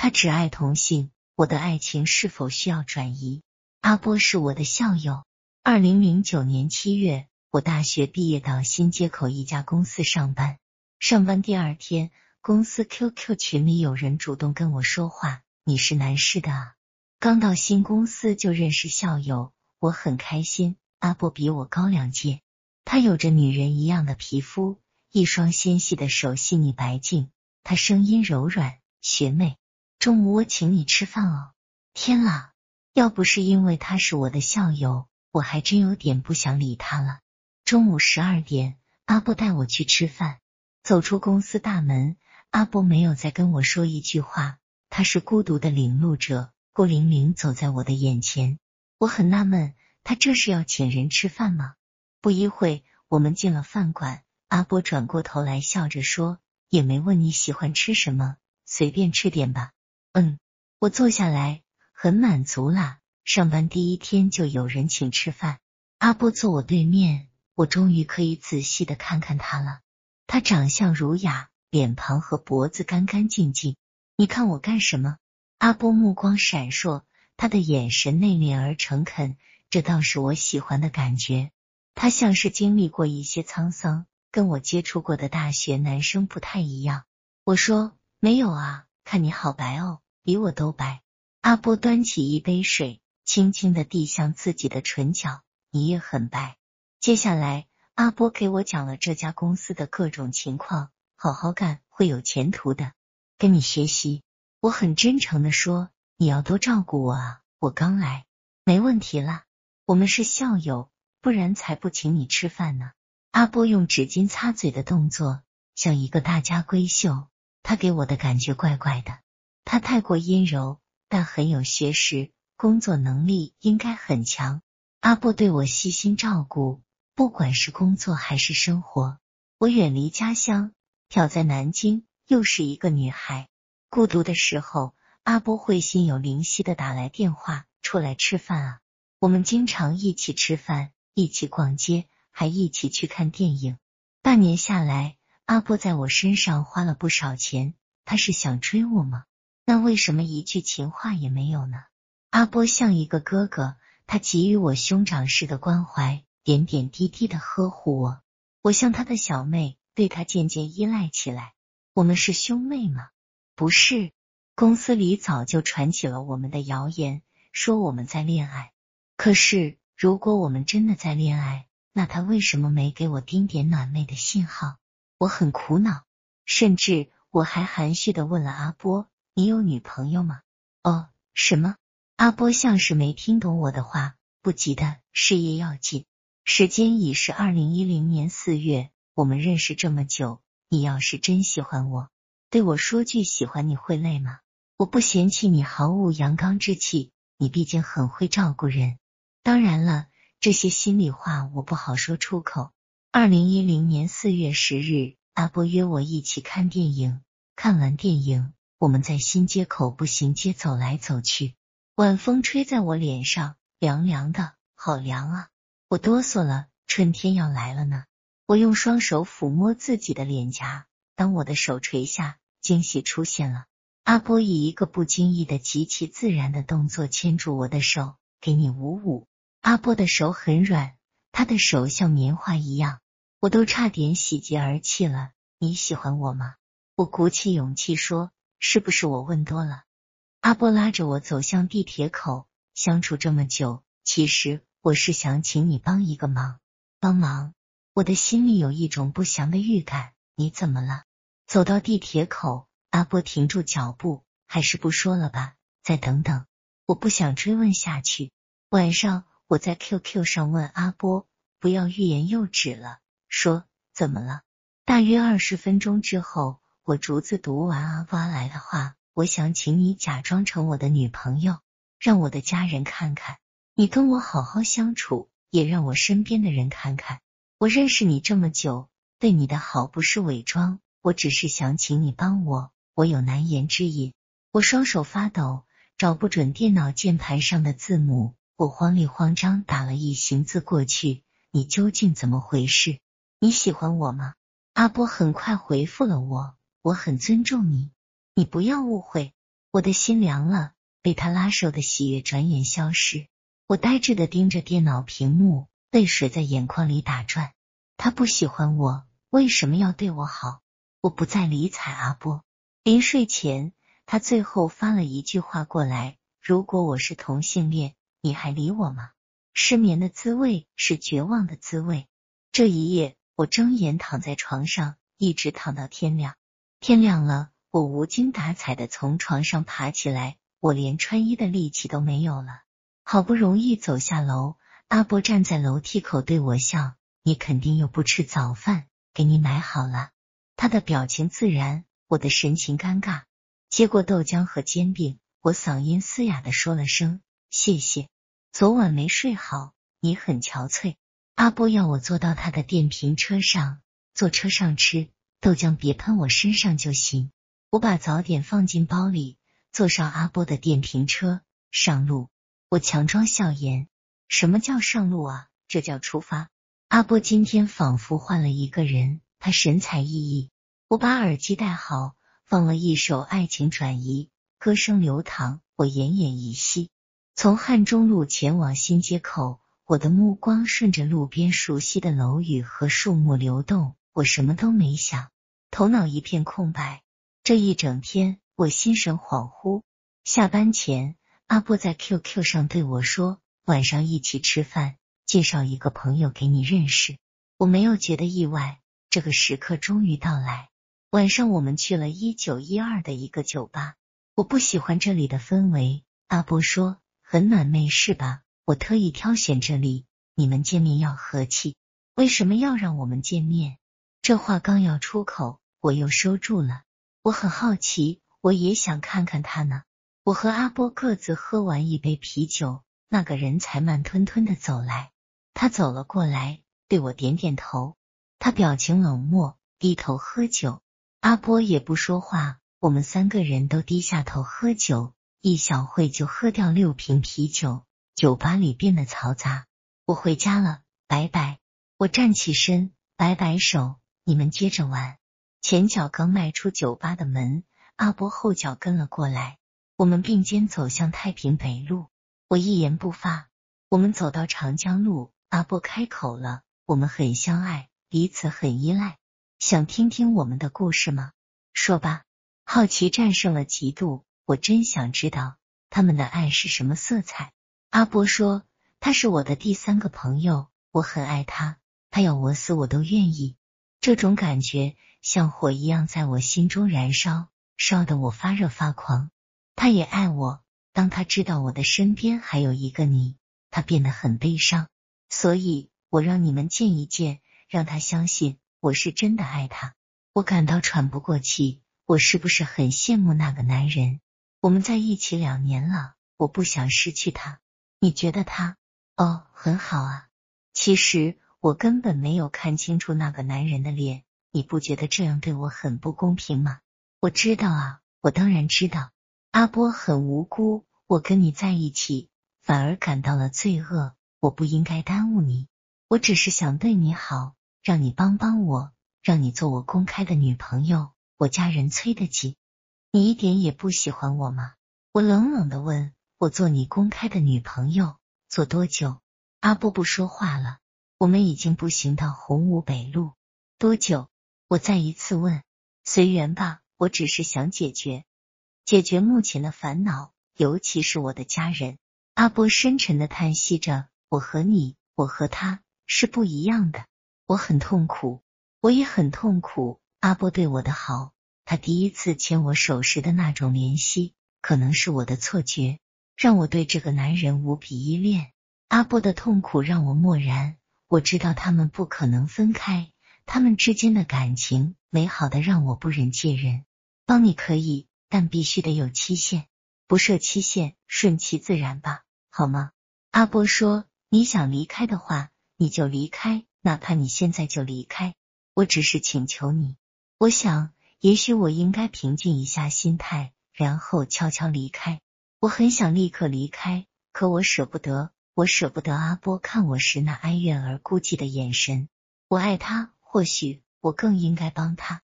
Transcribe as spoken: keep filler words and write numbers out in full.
他只爱同性，我的爱情是否需要转移？阿波是我的校友。二零零九年七月，我大学毕业到新街口一家公司上班。上班第二天，公司 Q Q 群里有人主动跟我说话，你是南师的啊？刚到新公司就认识校友，我很开心。阿波比我高两届，他有着女人一样的皮肤，一双纤细的手细腻白净，他声音柔软。学妹，中午我请你吃饭哦。天啦，要不是因为他是我的校友，我还真有点不想理他了。中午十二点，阿波带我去吃饭。走出公司大门，阿波没有再跟我说一句话，他是孤独的领路者，孤零零走在我的眼前。我很纳闷，他这是要请人吃饭吗？不一会，我们进了饭馆，阿波转过头来笑着说，也没问你喜欢吃什么，随便吃点吧。嗯，我坐下来，很满足啦，上班第一天就有人请吃饭。阿波坐我对面，我终于可以仔细的看看他了。他长相儒雅，脸庞和脖子干干净净。你看我干什么？阿波目光闪烁，他的眼神内敛而诚恳，这倒是我喜欢的感觉。他像是经历过一些沧桑，跟我接触过的大学男生不太一样。我说，没有啊，看你好白哦，比我都白。阿波端起一杯水，轻轻地递向自己的唇角，你也很白。接下来阿波给我讲了这家公司的各种情况，好好干，会有前途的，跟你学习。我很真诚地说，你要多照顾我啊，我刚来。没问题啦，我们是校友，不然才不请你吃饭呢。阿波用纸巾擦嘴的动作像一个大家闺秀，他给我的感觉怪怪的。他太过阴柔，但很有学识，工作能力应该很强。阿波对我细心照顾，不管是工作还是生活。我远离家乡，漂在南京，又是一个女孩。孤独的时候，阿波会心有灵犀的打来电话，出来吃饭啊。我们经常一起吃饭，一起逛街，还一起去看电影。半年下来，阿波在我身上花了不少钱，他是想追我吗？那为什么一句情话也没有呢？阿波像一个哥哥，他给予我兄长式的关怀，点点滴滴的呵护我。我像他的小妹，对他渐渐依赖起来。我们是兄妹吗？不是。公司里早就传起了我们的谣言，说我们在恋爱。可是如果我们真的在恋爱，那他为什么没给我丁点暖妹的信号？我很苦恼，甚至我还含蓄地问了阿波，你有女朋友吗？哦，什么？阿波像是没听懂我的话，不急的，事业要紧。时间已是二零一零年四月，我们认识这么久，你要是真喜欢我，对我说句喜欢你会累吗？我不嫌弃你毫无阳刚之气，你毕竟很会照顾人。当然了，这些心里话我不好说出口。二零一零年四月十日，阿波约我一起看电影。看完电影，我们在新街口步行街走来走去。晚风吹在我脸上，凉凉的，好凉啊！我哆嗦了，春天要来了呢。我用双手抚摸自己的脸颊，当我的手垂下，惊喜出现了。阿波以一个不经意的极其自然的动作牵住我的手，给你捂捂。阿波的手很软，他的手像棉花一样，我都差点喜极而泣了。你喜欢我吗？我鼓起勇气说，是不是我问多了？阿波拉着我走向地铁口，相处这么久，其实我是想请你帮一个忙。帮忙？我的心里有一种不祥的预感，你怎么了？走到地铁口，阿波停住脚步，还是不说了吧，再等等。我不想追问下去。晚上我在 Q Q 上问阿波，不要欲言又止了，说怎么了？大约二十分钟之后，我逐字读完阿波来的话，我想请你假装成我的女朋友，让我的家人看看你跟我好好相处，也让我身边的人看看我认识你这么久，对你的好不是伪装，我只是想请你帮我，我有难言之隐。我双手发抖，找不准电脑键盘上的字母，我慌里慌张打了一行字过去，你究竟怎么回事？你喜欢我吗？阿波很快回复了我，我很尊重你，你不要误会， 我的心凉了，被他拉手的喜悦转眼消失。我呆滞地盯着电脑屏幕，泪水在眼眶里打转。他不喜欢我，为什么要对我好？我不再理睬阿波。临睡前，他最后发了一句话过来：如果我是同性恋，你还理我吗？失眠的滋味是绝望的滋味。这一夜，我睁眼躺在床上，一直躺到天亮。天亮了，我无精打采地从床上爬起来，我连穿衣的力气都没有了。好不容易走下楼，阿波站在楼梯口对我笑：你肯定又不吃早饭，给你买好了。他的表情自然，我的神情尴尬。接过豆浆和煎饼，我嗓音嘶哑地说了声谢谢。昨晚没睡好，你很憔悴。阿波要我坐到他的电瓶车上，坐车上吃，豆浆别喷我身上就行。我把早点放进包里，坐上阿波的电瓶车，上路。我强装笑颜。什么叫上路啊？这叫出发。阿波今天仿佛换了一个人，他神采奕奕。我把耳机戴好，放了一首《爱情转移》，歌声流淌，我奄奄一息。从汉中路前往新街口，我的目光顺着路边熟悉的楼宇和树木流动，我什么都没想，头脑一片空白。这一整天，我心神恍惚。下班前，阿波在 Q Q 上对我说，晚上一起吃饭，介绍一个朋友给你认识。我没有觉得意外，这个时刻终于到来。晚上我们去了一九一二的一个酒吧。我不喜欢这里的氛围，阿波说，很暖妹是吧？我特意挑选这里，你们见面要和气。为什么要让我们见面？这话刚要出口，我又收住了。我很好奇，我也想看看他呢。我和阿波各自喝完一杯啤酒，那个人才慢吞吞地走来。他走了过来，对我点点头。他表情冷漠，低头喝酒。阿波也不说话，我们三个人都低下头喝酒，一小会就喝掉六瓶啤酒。酒吧里变得嘈杂。我回家了，拜拜。我站起身，摆摆手，你们接着玩。前脚刚迈出酒吧的门，阿波后脚跟了过来。我们并肩走向太平北路。我一言不发。我们走到长江路，阿波开口了，我们很相爱，彼此很依赖。想听听我们的故事吗？说吧。好奇战胜了嫉妒，我真想知道他们的爱是什么色彩。阿波说，他是我的第三个朋友，我很爱他，他要我死我都愿意。这种感觉像火一样在我心中燃烧，烧得我发热发狂。他也爱我，当他知道我的身边还有一个你，他变得很悲伤。所以我让你们见一见，让他相信我是真的爱他。我感到喘不过气，我是不是很羡慕那个男人？我们在一起两年了，我不想失去他。你觉得他？哦，很好啊。其实我根本没有看清楚那个男人的脸，你不觉得这样对我很不公平吗？我知道啊，我当然知道。阿波很无辜，我跟你在一起，反而感到了罪恶，我不应该耽误你。我只是想对你好，让你帮帮我，让你做我公开的女朋友，我家人催得急。你一点也不喜欢我吗？我冷冷地问。我做你公开的女朋友，做多久？阿波不说话了。我们已经步行到洪武北路。多久？我再一次问。随缘吧，我只是想解决解决目前的烦恼，尤其是我的家人。阿波深沉地叹息着，我和你，我和他是不一样的。我很痛苦，我也很痛苦。阿波对我的好，他第一次牵我手时的那种怜惜，可能是我的错觉，让我对这个男人无比依恋。阿波的痛苦让我漠然，我知道他们不可能分开，他们之间的感情美好的让我不忍介人。帮你可以，但必须得有期限，不设期限，顺其自然吧，好吗？阿波说，你想离开的话，你就离开，哪怕你现在就离开，我只是请求你。我想，也许我应该平静一下心态，然后悄悄离开。我很想立刻离开，可我舍不得，我舍不得阿波看我时那哀怨而孤寂的眼神。我爱他，或许我更应该帮他。